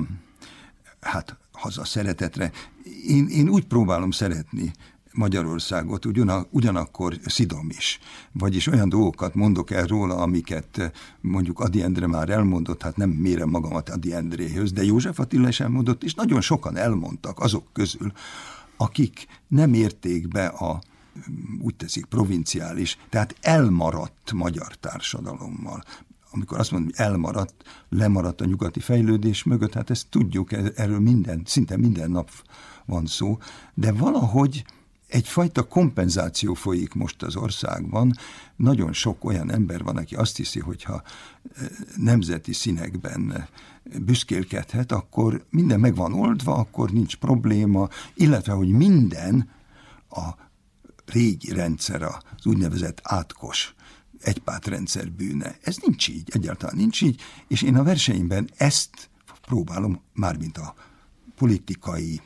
Speaker 12: hazaszeretetre, én úgy próbálom szeretni Magyarországot, ugyanakkor szidom is. Vagyis olyan dolgokat mondok el róla, amiket mondjuk Ady Endre már elmondott, hát nem mérem magamat Ady Endréhöz, de József Attila is elmondott, és nagyon sokan elmondtak azok közül, akik nem érték be úgy teszik, provinciális, tehát elmaradt magyar társadalommal. Amikor azt mondom, hogy lemaradt a nyugati fejlődés mögött, hát ezt tudjuk, erről szinte minden nap van szó, de valahogy egyfajta kompenzáció folyik most az országban. Nagyon sok olyan ember van, aki azt hiszi, hogyha nemzeti színekben büszkélkedhet, akkor minden meg van oldva, akkor nincs probléma, illetve, hogy minden a régi rendszer, az úgynevezett átkos egypártrendszer bűne. Ez nincs így, egyáltalán nincs így, és én a versenyben ezt próbálom, mármint a politikai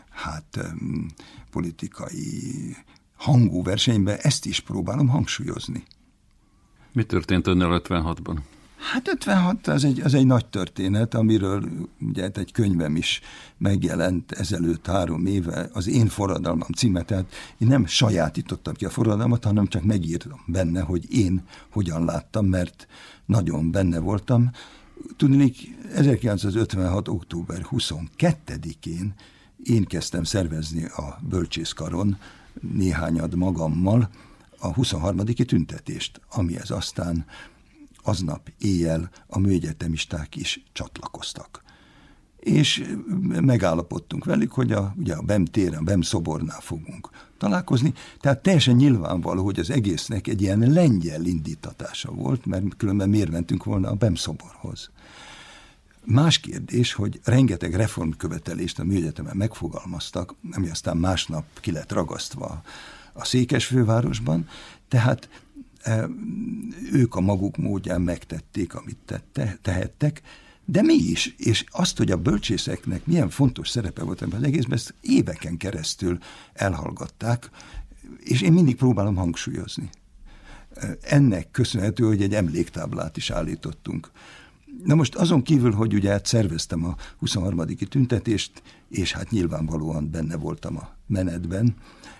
Speaker 12: hangú versenyben ezt is próbálom hangsúlyozni.
Speaker 11: Mi történt önnel 56-ban?
Speaker 12: Hát 56 az egy nagy történet, amiről ugye egy könyvem is megjelent ezelőtt 3 éve, az Én forradalmam címe, tehát én nem sajátítottam ki a forradalmat, hanem csak megírtam benne, hogy én hogyan láttam, mert nagyon benne voltam. Tudnék, 1956. október 22-én én kezdtem szervezni a Bölcsészkaron néhányad magammal a 23. tüntetést, amihez aztán aznap éjjel a műegyetemisták is csatlakoztak. És megállapodtunk velük, hogy ugye a BEM téren, a BEM szobornál fogunk találkozni, tehát teljesen nyilvánvaló, hogy az egésznek egy ilyen lengyel indítatása volt, mert különben miért mentünk volna a BEM szoborhoz. Más kérdés, hogy rengeteg reformkövetelést a műegyetemen megfogalmaztak, ami aztán másnap ki lett ragasztva a Székesfővárosban, tehát ők a maguk módján megtették, amit tehettek, de mi is, és azt, hogy a bölcsészeknek milyen fontos szerepe volt ebben az egészben, ezt éveken keresztül elhallgatták, és én mindig próbálom hangsúlyozni. Ennek köszönhető, hogy egy emléktáblát is állítottunk. Na most azon kívül, hogy ugye szerveztem a 23. tüntetést, és hát nyilvánvalóan benne voltam a menetben,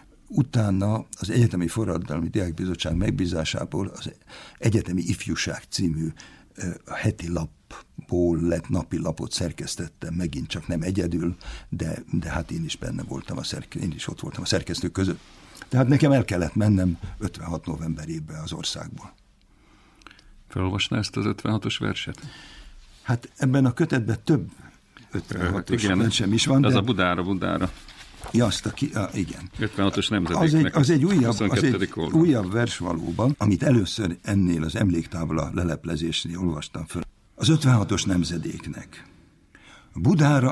Speaker 12: utána az Egyetemi Forradalmi Diákbizottság megbízásából az Egyetemi Ifjúság című heti lapból lett napi lapot szerkesztettem, megint csak nem egyedül, de hát én is benne voltam, én is ott voltam a szerkesztők között. Tehát nekem el kellett mennem 56 novemberében az országból.
Speaker 11: Felolvasná ezt az 56-os verset?
Speaker 12: Hát ebben a kötetben több 56-os versem is van.
Speaker 11: Az de... a Budára.
Speaker 12: Ja, igen.
Speaker 11: 56-os nemzedéknek.
Speaker 12: Az egy újabb vers valóban, amit először ennél az emléktábla leleplezésnél olvastam föl. Az 56-os nemzedéknek. Budára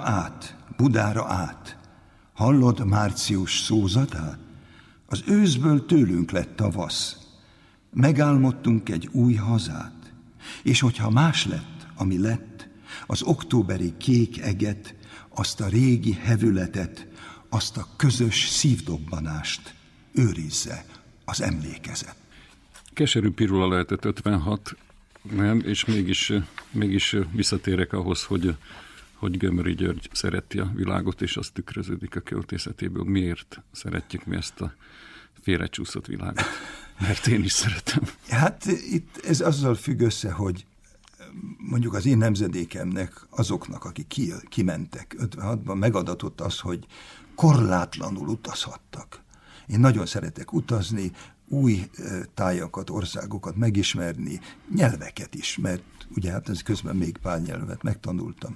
Speaker 12: át, hallod március szózatát? Az őszből tőlünk lett tavasz. Megálmodtunk egy új hazát, és hogyha más lett, ami lett, az októberi kék eget, azt a régi hevületet, azt a közös szívdobbanást őrizze az emlékezet.
Speaker 11: Keserű pirula lehetett 56, nem, és mégis visszatérek ahhoz, hogy Gömöri György szereti a világot, és az tükröződik a költészetéből. Miért szeretjük mi ezt a félrecsúszott világot? Mert én is szeretem.
Speaker 12: Hát itt ez azzal függ össze, hogy mondjuk az én nemzedékemnek, azoknak, akik kimentek 56-ban, megadatott az, hogy korlátlanul utazhattak. Én nagyon szeretek utazni, új tájakat, országokat megismerni, nyelveket is, mert ugye hát ez közben még pár nyelvet megtanultam.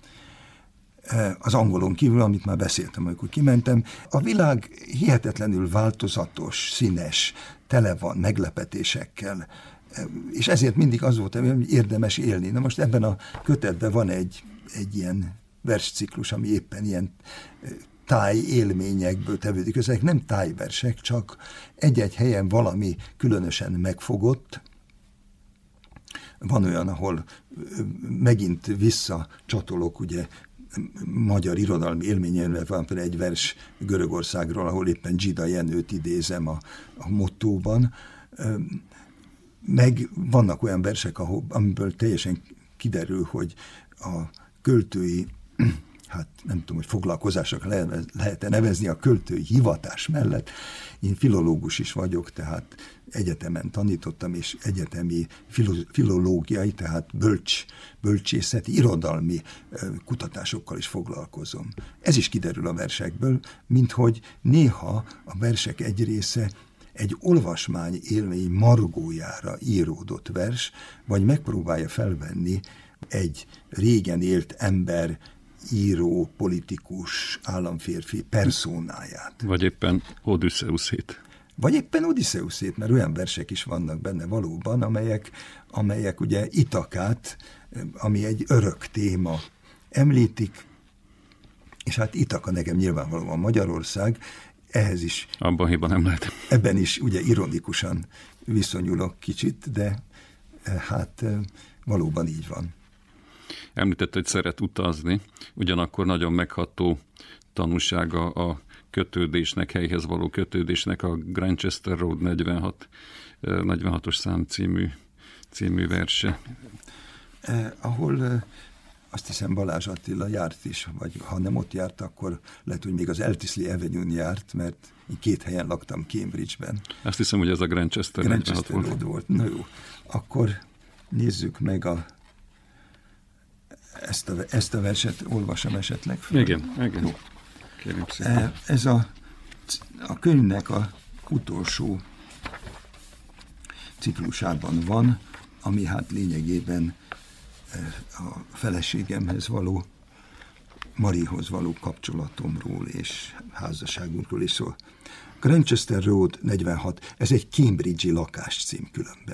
Speaker 12: Az angolon kívül, amit már beszéltem, amikor kimentem. A világ hihetetlenül változatos, színes, tele van meglepetésekkel, és ezért mindig az volt, hogy érdemes élni. Na most ebben a kötetben van egy ilyen versciklus, ami éppen ilyen tájélményekből tevődik. Ezek nem tájversek, csak egy-egy helyen valami különösen megfogott. Van olyan, ahol megint visszacsatolok, ugye, magyar irodalmi élményemre, van például egy vers Görögországról, ahol éppen Dzsida Jenőt idézem a mottóban. Meg vannak olyan versek, amiből teljesen kiderül, hogy a költői, hát nem tudom, hogy foglalkozások lehet-e nevezni a költői hivatás mellett. Én filológus is vagyok, tehát egyetemen tanítottam, és egyetemi filológiai, tehát bölcsészeti, irodalmi kutatásokkal is foglalkozom. Ez is kiderül a versekből, minthogy néha a versek egy része egy olvasmány élmény margójára íródott vers, vagy megpróbálja felvenni egy régen élt ember, író, politikus, államférfi personáját.
Speaker 11: Vagy éppen Odüsszeuszét.
Speaker 12: Vagy éppen Odüsszeuszét, mert olyan versek is vannak benne valóban, amelyek ugye Itakát, ami egy örök téma, említik, és hát Itaka nekem nyilvánvalóan Magyarország, ehhez is...
Speaker 11: Abban hiba nem lehet.
Speaker 12: Ebben is ugye ironikusan viszonyulok kicsit, de hát valóban így van.
Speaker 11: Említett, hogy szeret utazni, ugyanakkor nagyon megható tanúsága a kötődésnek, helyhez való kötődésnek a Grantchester Road 46-os szám című verse.
Speaker 12: Ahol azt hiszem Balázs Attila járt is, vagy ha nem ott járt, akkor lehet, hogy még az Eltisley Avenue-n járt, mert én 2 helyen laktam Cambridge-ben.
Speaker 11: Azt hiszem, hogy ez a Grantchester
Speaker 12: Road volt. Na jó, akkor nézzük meg ezt a verset, olvasom esetleg fel.
Speaker 11: Igen. Jó. Kérem szépen.
Speaker 12: Ez a könyvnek a utolsó ciklusában van, ami hát lényegében a feleségemhez való, Marihoz való kapcsolatomról és házasságunkról is szól. Grantchester Road 46, ez egy Cambridge-i lakáscím különben.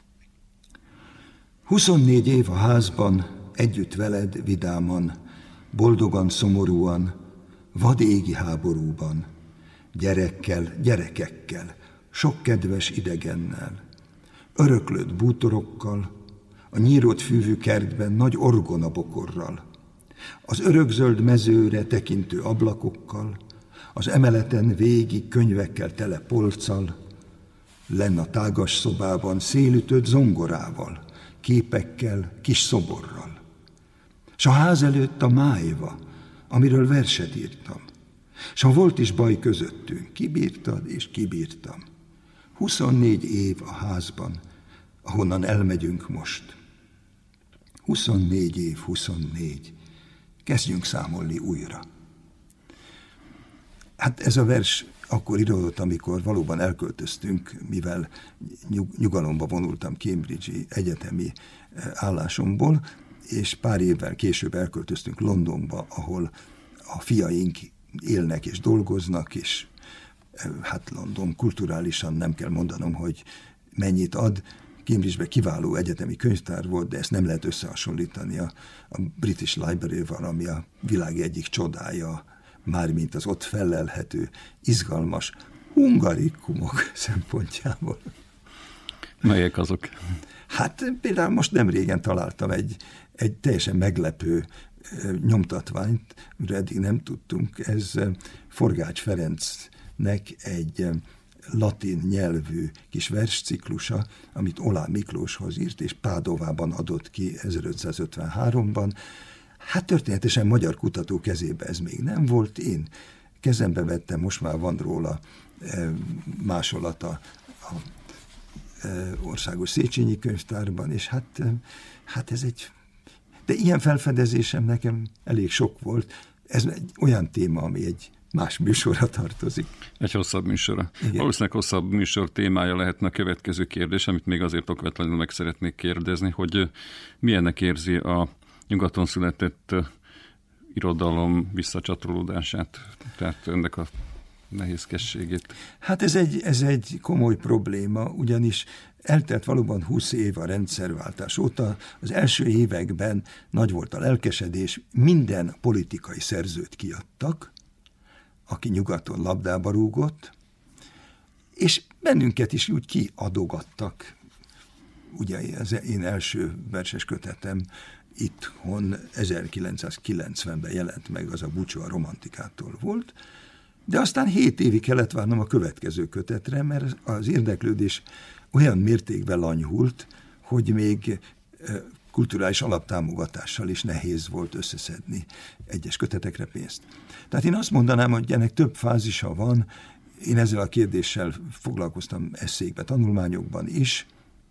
Speaker 12: 24 év a házban, együtt veled vidáman, boldogan, szomorúan, vadégi háborúban, gyerekekkel, sok kedves idegennel, öröklött bútorokkal, a nyírót fűvű kertben nagy orgonabokorral, az örökzöld mezőre tekintő ablakokkal, az emeleten végig könyvekkel tele polccal, lenn a tágas szobában szélütött zongorával, képekkel, kis szoborral. S a ház előtt a májva, amiről verset írtam. S ha volt is baj közöttünk, kibírtad és kibírtam. 24 év a házban, ahonnan elmegyünk most. 24 év, 24. Kezdjünk számolni újra. Hát ez a vers akkor íródott, amikor valóban elköltöztünk, mivel nyugalomba vonultam Cambridge-i egyetemi állásomból, és pár évvel később elköltöztünk Londonba, ahol a fiaink élnek és dolgoznak, és hát London kulturálisan nem kell mondanom, hogy mennyit ad. Cambridge-ben kiváló egyetemi könyvtár volt, de ezt nem lehet összehasonlítani a British Library-val, ami a világ egyik csodája, mármint az ott fellelhető, izgalmas hungarikumok szempontjából.
Speaker 11: Melyek azok?
Speaker 12: Hát például most nem régen találtam egy teljesen meglepő nyomtatványt, amire eddig nem tudtunk. Ez Forgács Ferencnek egy latin nyelvű kis versciklusa, amit Olá Miklóshoz írt, és Pádovában adott ki 1553-ban. Hát történetesen magyar kutató kezébe ez még nem volt. Én kezembe vettem, most már van róla másolata a Országos Széchenyi Könyvtárban, és hát ez egy... De ilyen felfedezésem nekem elég sok volt. Ez egy olyan téma, ami egy más műsorra tartozik.
Speaker 11: Egy hosszabb műsorra.
Speaker 12: Igen.
Speaker 11: Valószínűleg hosszabb műsor témája lehetne a következő kérdés, amit még azért okvetlenül meg szeretnék kérdezni, hogy milyennek érzi a nyugaton született irodalom visszacsatolódását, tehát ennek a nehézkességét.
Speaker 12: Hát ez egy komoly probléma, ugyanis eltelt valóban 20 év a rendszerváltás óta. Az első években nagy volt a lelkesedés, minden politikai szerzőt kiadtak, aki nyugaton labdába rúgott, és bennünket is úgy kiadogattak. Ugye az én első verses kötetem itthon 1990-ben jelent meg, az a Búcsú a romantikától volt, de aztán 7 évig kellett várnom a következő kötetre, mert az érdeklődés olyan mértékben lanyhult, hogy még kulturális alaptámogatással is nehéz volt összeszedni egyes kötetekre pénzt. Tehát én azt mondanám, hogy ennek több fázisa van. Én ezzel a kérdéssel foglalkoztam esszékbe, tanulmányokban is.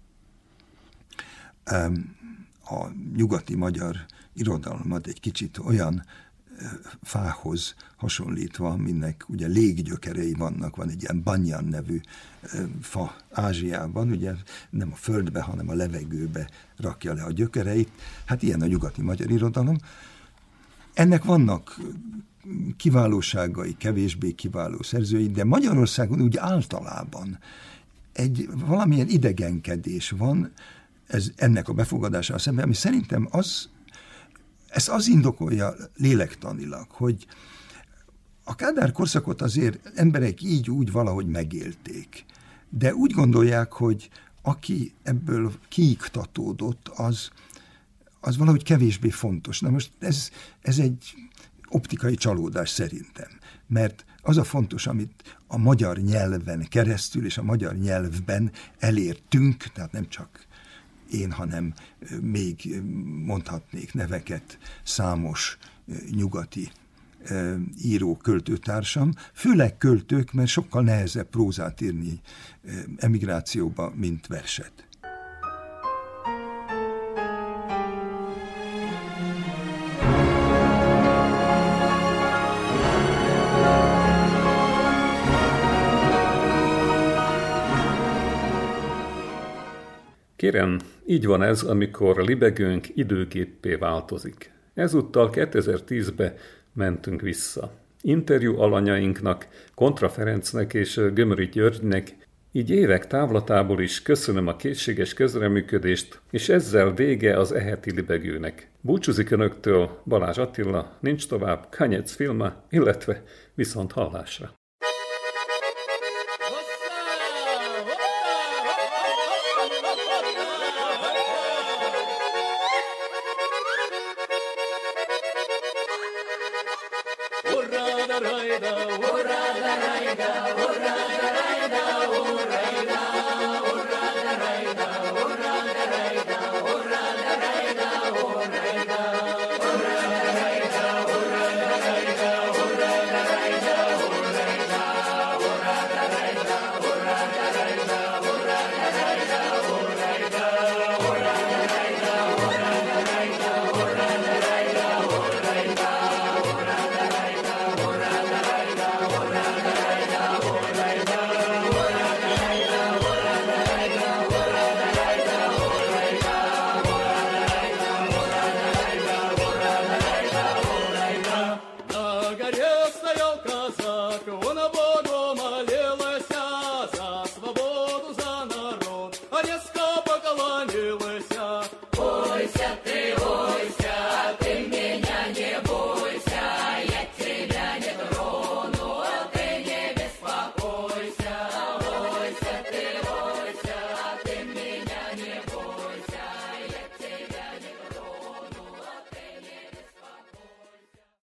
Speaker 12: A nyugati magyar irodalmat egy kicsit olyan fához hasonlítva, aminek ugye léggyökerei vannak, van egy ilyen banyan nevű fa Ázsiában, ugye nem a földbe, hanem a levegőbe rakja le a gyökereit. Hát ilyen a nyugati magyar irodalom. Ennek vannak kiválóságai, kevésbé kiváló szerzői, de Magyarországon úgy általában valamilyen idegenkedés van ennek a befogadásával szemben, ami szerintem ezt az indokolja lélektanilag, hogy a Kádár korszakot azért emberek így úgy valahogy megélték, de úgy gondolják, hogy aki ebből kiiktatódott, az valahogy kevésbé fontos. Na most ez egy optikai csalódás szerintem, mert az a fontos, amit a magyar nyelven keresztül és a magyar nyelvben elértünk, tehát nem csak én, hanem még mondhatnék neveket számos nyugati író, költőtársam, főleg költők, mert sokkal nehezebb prózát írni emigrációba, mint verset.
Speaker 3: Kérem, így van ez, amikor libegőnk időgéppé változik. Ezúttal 2010-be mentünk vissza. Interjú alanyainknak, Kontra Ferencnek és Gömöri Györgynek így évek távlatából is köszönöm a készséges közreműködést, és ezzel vége az eheti libegőnek. Búcsúzik önöktől Balázs Attila, nincs tovább, Kanyec Filma, illetve viszont hallásra.
Speaker 7: Hurrah, da, hurrah, da, hurrah, da,